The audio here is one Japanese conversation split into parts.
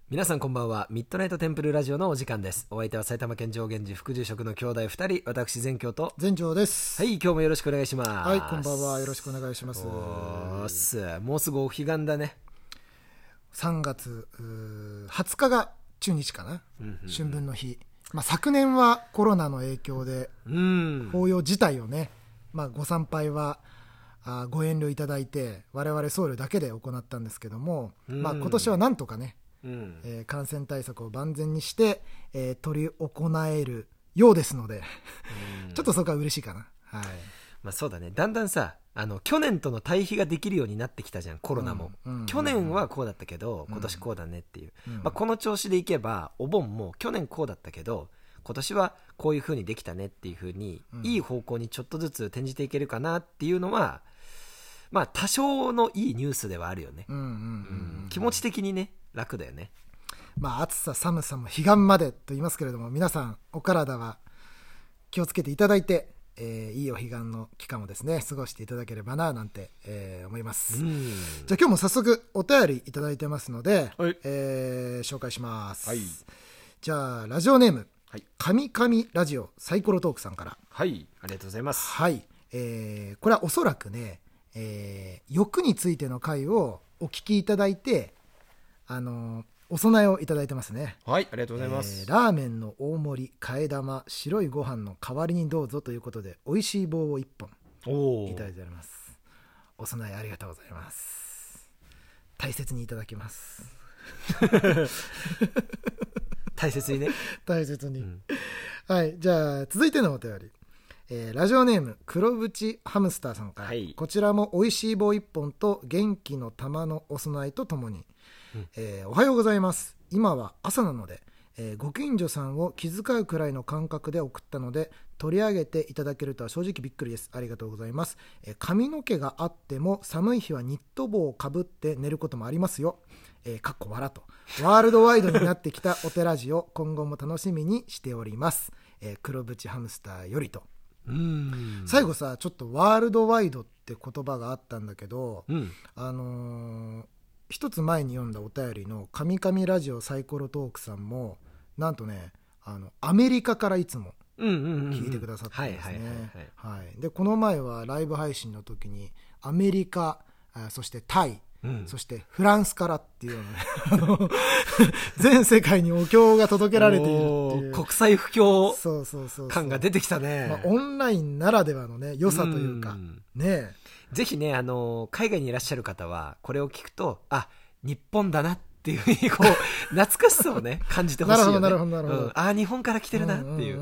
皆さんこんばんは。ミッドナイトテンプルラジオのお時間です。お相手は埼玉県上元寺副住職の兄弟2人、私全教と全長です。 はい、今日もよろしくお願いします。 はい、こんばんは。よろしくお願いします。 もうすぐお彼岸だね。 3月20日が中日かな、春分の日。昨年はコロナの影響で法要自体をね、ご参拝はご遠慮いただいて我々僧侶だけで行ったんですけども、今年はなんとかね、感染対策を万全にして、執り行えるようですのでちょっとそこは嬉しいかな。はい。 そうだね。だんだんさ、去年との対比ができるようになってきたじゃん、コロナも。去年はこうだったけど今年こうだねっていう、この調子でいけばお盆も去年こうだったけど今年はこういう風にできたねっていう風に、いい方向にちょっとずつ転じていけるかなっていうのは多少のいいニュースではあるよね。気持ち的にね、楽だよね。 暑さ寒さも彼岸までと言いますけれども、皆さんお体は気をつけていただいて、いいお彼岸の期間をですね過ごしていただければななんて、思います。じゃあ今日も早速お便りいただいてますので、紹介します。じゃあラジオネーム、神々ラジオサイコロトークさんから。 ありがとうございます。 これはおそらくね、欲についての回をお聞きいただいて、お供えをいただいてますね。 ありがとうございます。 ラーメンの大盛り替え玉白いご飯の代わりにどうぞということで、美味しい棒を1本いただいております。お供えありがとうございます。大切にいただきます大切にね。 大切に、じゃあ続いてのお便り、ラジオネーム黒縁ハムスターさんから、こちらも美味しい棒1本と元気の玉のお供えとともに、おはようございます。今は朝なので、ご近所さんを気遣うくらいの感覚で送ったので取り上げていただけるとは正直びっくりです。ありがとうございます。髪の毛があっても寒い日はニット帽をかぶって寝ることもありますよ。かっこ笑とワールドワイドになってきたお寺ジオ今後も楽しみにしております。黒縁ハムスターよりと。最後さ、ちょっとワールドワイドって言葉があったんだけど、一つ前に読んだお便りの神々ラジオサイコロトークさんもなんとね、アメリカからいつも聞いてくださってるんですね。でこの前はライブ配信の時にアメリカ、そしてタイ、そしてフランスからっていうような、ね、全世界にお経が届けられているっていう国際布教感が出てきたね。 オンラインならではのね良さというかね。 ぜひね、海外にいらっしゃる方はこれを聞くと、日本だなっていうふうにこう懐かしさをね感じてほしいよね。 なるほど、 日本から来てるなっていう、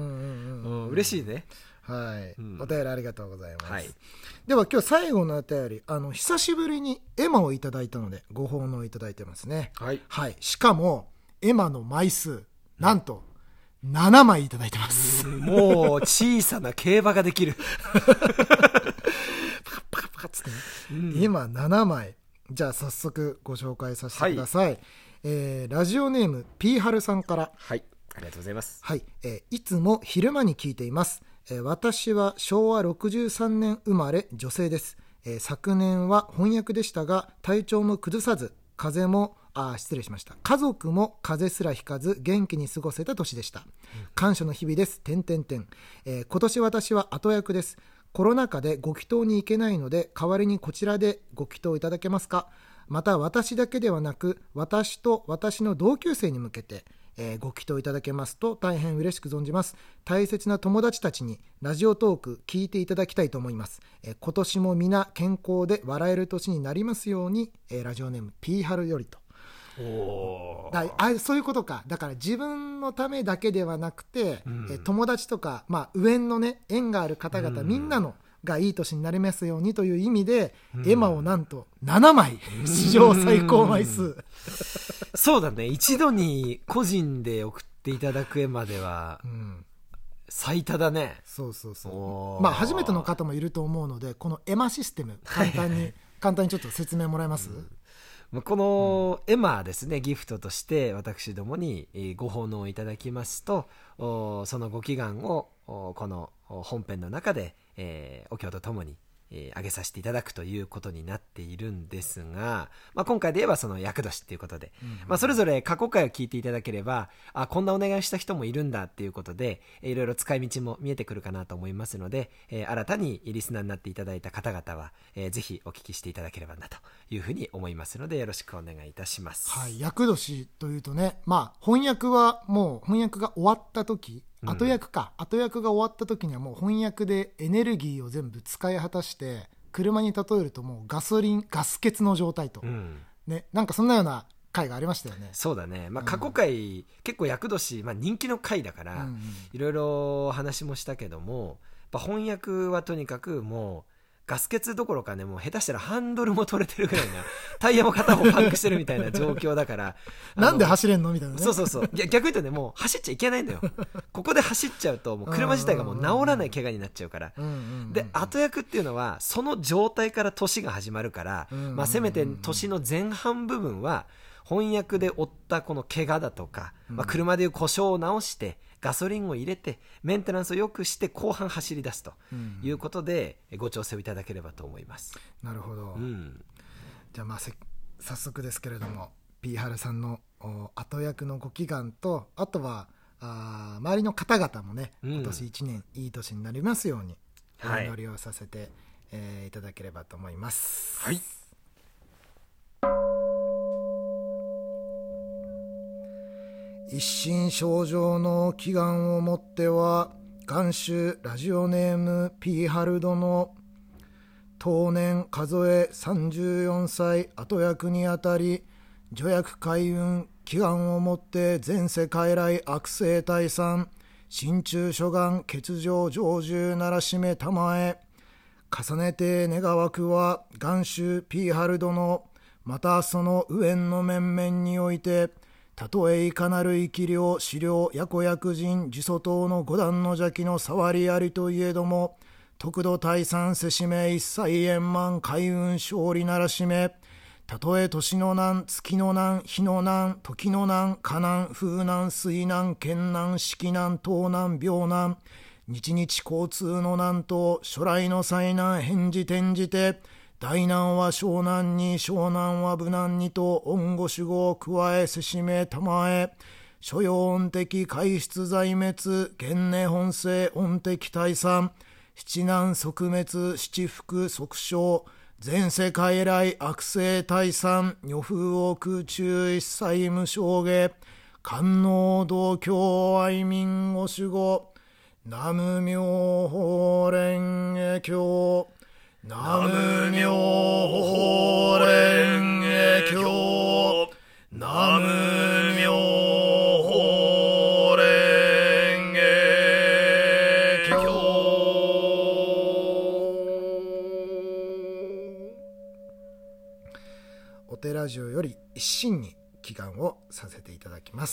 嬉しいね。 お便りありがとうございます。では今日最後のお便り、久しぶりに絵馬をいただいたのでご奉納いただいてますね。しかも絵馬の枚数なんと7枚いただいてます。 もう小さな競馬ができるパカパカっつってね、今7枚。じゃあ早速ご紹介させてください。ラジオネームピーハルさんから。 ありがとうございます。 いつも昼間に聞いています。私は昭和63年生まれ女性です。昨年は翻訳でしたが体調も崩さず家族も風邪すらひかず元気に過ごせた年でした。感謝の日々です。今年私は後役です。コロナ禍でご祈祷に行けないので代わりにこちらでご祈祷いただけますか。また私だけではなく私と私の同級生に向けて、ご祈祷いただけますと大変嬉しく存じます。大切な友達たちにラジオトーク聞いていただきたいと思います。今年も皆健康で笑える年になりますように。ラジオネームピーハルよりと。そういうことか。だから自分のためだけではなくて、友達とか、上のね縁がある方々、みんなのがいい年になりますようにという意味で、絵馬をなんと7枚史上最高枚数そうだね。一度に個人で送っていただく絵馬では、最多だね。初めての方もいると思うので、この絵馬システム簡単にちょっと説明もらえます？ この絵馬ですね、ギフトとして私どもにご奉納いただきますと、そのご祈願をこの本編の中でお経とともに挙げさせていただくということになっているんですが、今回で言えばその厄年っていうことで、それぞれ過去回を聞いていただければ、こんなお願いした人もいるんだっていうことで、いろいろ使い道も見えてくるかなと思いますので、新たにリスナーになっていただいた方々は、ぜひお聞きしていただければなというふうに思いますので、よろしくお願いいたします。 はい、厄年というとね、翻訳はもう翻訳が終わった時、後訳が終わった時にはもう翻訳でエネルギーを全部使い果たして、車に例えるともうガス欠の状態と、ね、なんかそんなような回がありましたよね。 そうだね、過去回、結構厄年、人気の回だから、いろいろ話もしたけども、翻訳はとにかくもうガス欠どころかね、もう下手したらハンドルも取れてるぐらいな、タイヤも片方パンクしてるみたいな状況だからなんで走れんのみたいなね。 そう逆に言うとね、もう走っちゃいけないんだよ。ここで走っちゃうともう車自体がもう治らない怪我になっちゃうから。で、後役っていうのはその状態から年が始まるから、せめて年の前半部分は翻訳で負ったこの怪我だとか、車でいう故障を直してガソリンを入れてメンテナンスを良くして後半走り出すということでご調整をいただければと思います。 なるほど、じゃあ早速ですけれども、P春さんの後役のご祈願と、あとは周りの方々もね、今年1年いい年になりますようにお祈りをさせて、いただければと思います。 はい。 一心正常の祈願をもっては、元首ラジオネーム P 春殿、当年数え34歳後役にあたり、助役海運祈願をもって前世傀来悪性退散、心中諸願欠場成就ならしめたまえ、重ねて願わくは元首 P 春殿、またその右縁の面々において、たとえいかなる生き量、資料、やこ薬人、呪詛等の五段の邪気の触りありといえども、徳度退散せしめ、一切円満、開運勝利ならしめ、たとえ年の難、月の難、日の難、時の難、火難、風難、水難、剣難、色難、盗難、病難、日々交通の難と、初来の災難、返事転じて、大難は小難に、小難は無難にと、恩語守護を加えせしめたまえ、所要音的開出在滅、現根本性音的退散、七難即滅、七福即傷、前世傀来悪性退散、女風を空中一切無償下、官能道教愛民ご守護、南無妙法蓮華経、南無妙法蓮華経、南無妙法蓮華経。お寺ジオより一心に祈願をさせていただきます。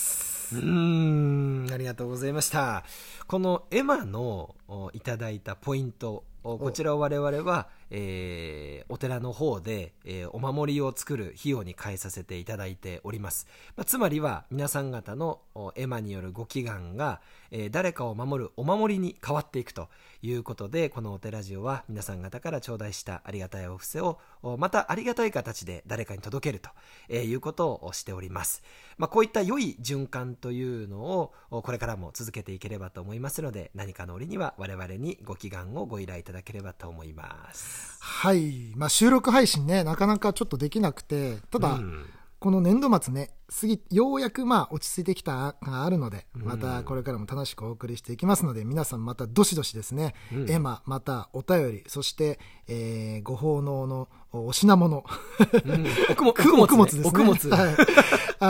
ありがとうございました。この絵馬のいただいたポイント、こちらを我々は、お寺の方で、お守りを作る費用に変えさせていただいております。つまりは皆さん方の絵馬によるご祈願が、誰かを守るお守りに変わっていくということで、このお寺ジオは皆さん方から頂戴したありがたいお布施をまたありがたい形で誰かに届けるということをしております。こういった良い循環というのをこれからも続けていければと思いますので、何かの折には我々にご祈願をご依頼いただければと思います。 はい、収録配信ね、なかなかちょっとできなくて、ただ、この年度末ね、ようやく落ち着いてきたがあるので、またこれからも楽しくお送りしていきますので、皆さんまたどしどしですね、絵馬、またお便り、そして、ご奉納のお品物、穀物ですね。 穀物。 はい、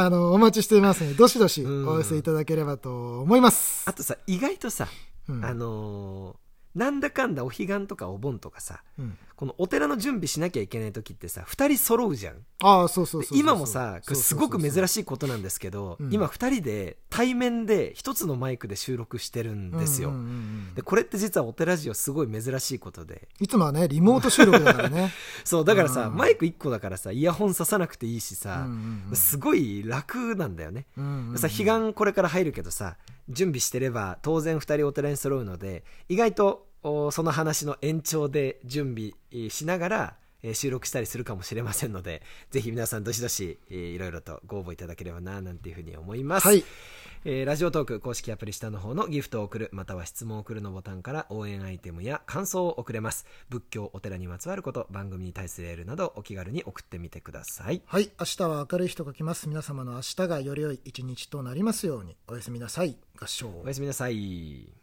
お待ちしていますので、どしどしお寄せいただければと思います。 あとさ、意外とさ、なんだかんだお彼岸とかお盆とかさ、このお寺の準備しなきゃいけない時ってさ、2人揃うじゃん。 そう今もさ、これすごく珍しいことなんですけど、今2人で対面で一つのマイクで収録してるんですよ。でこれって実はお寺ジオすごい珍しいことで、 いつもはねリモート収録だからねそうだからさ、マイク1個だからさ、イヤホンささなくていいしさ、すごい楽なんだよね。さ、彼岸これから入るけどさ、準備してれば当然2人お寺に揃うので、意外とその話の延長で準備しながら収録したりするかもしれませんので、ぜひ皆さんどしどしいろいろとご応募いただければななんていうふうに思います、はい。ラジオトーク公式アプリ下の方のギフトを送るまたは質問を送るのボタンから応援アイテムや感想を送れます。仏教お寺にまつわること、番組に対するエールなどお気軽に送ってみてください。 はい、明日は明るい日と書きます。皆様の明日がより良い一日となりますように。おやすみなさい。合唱。 おやすみなさい。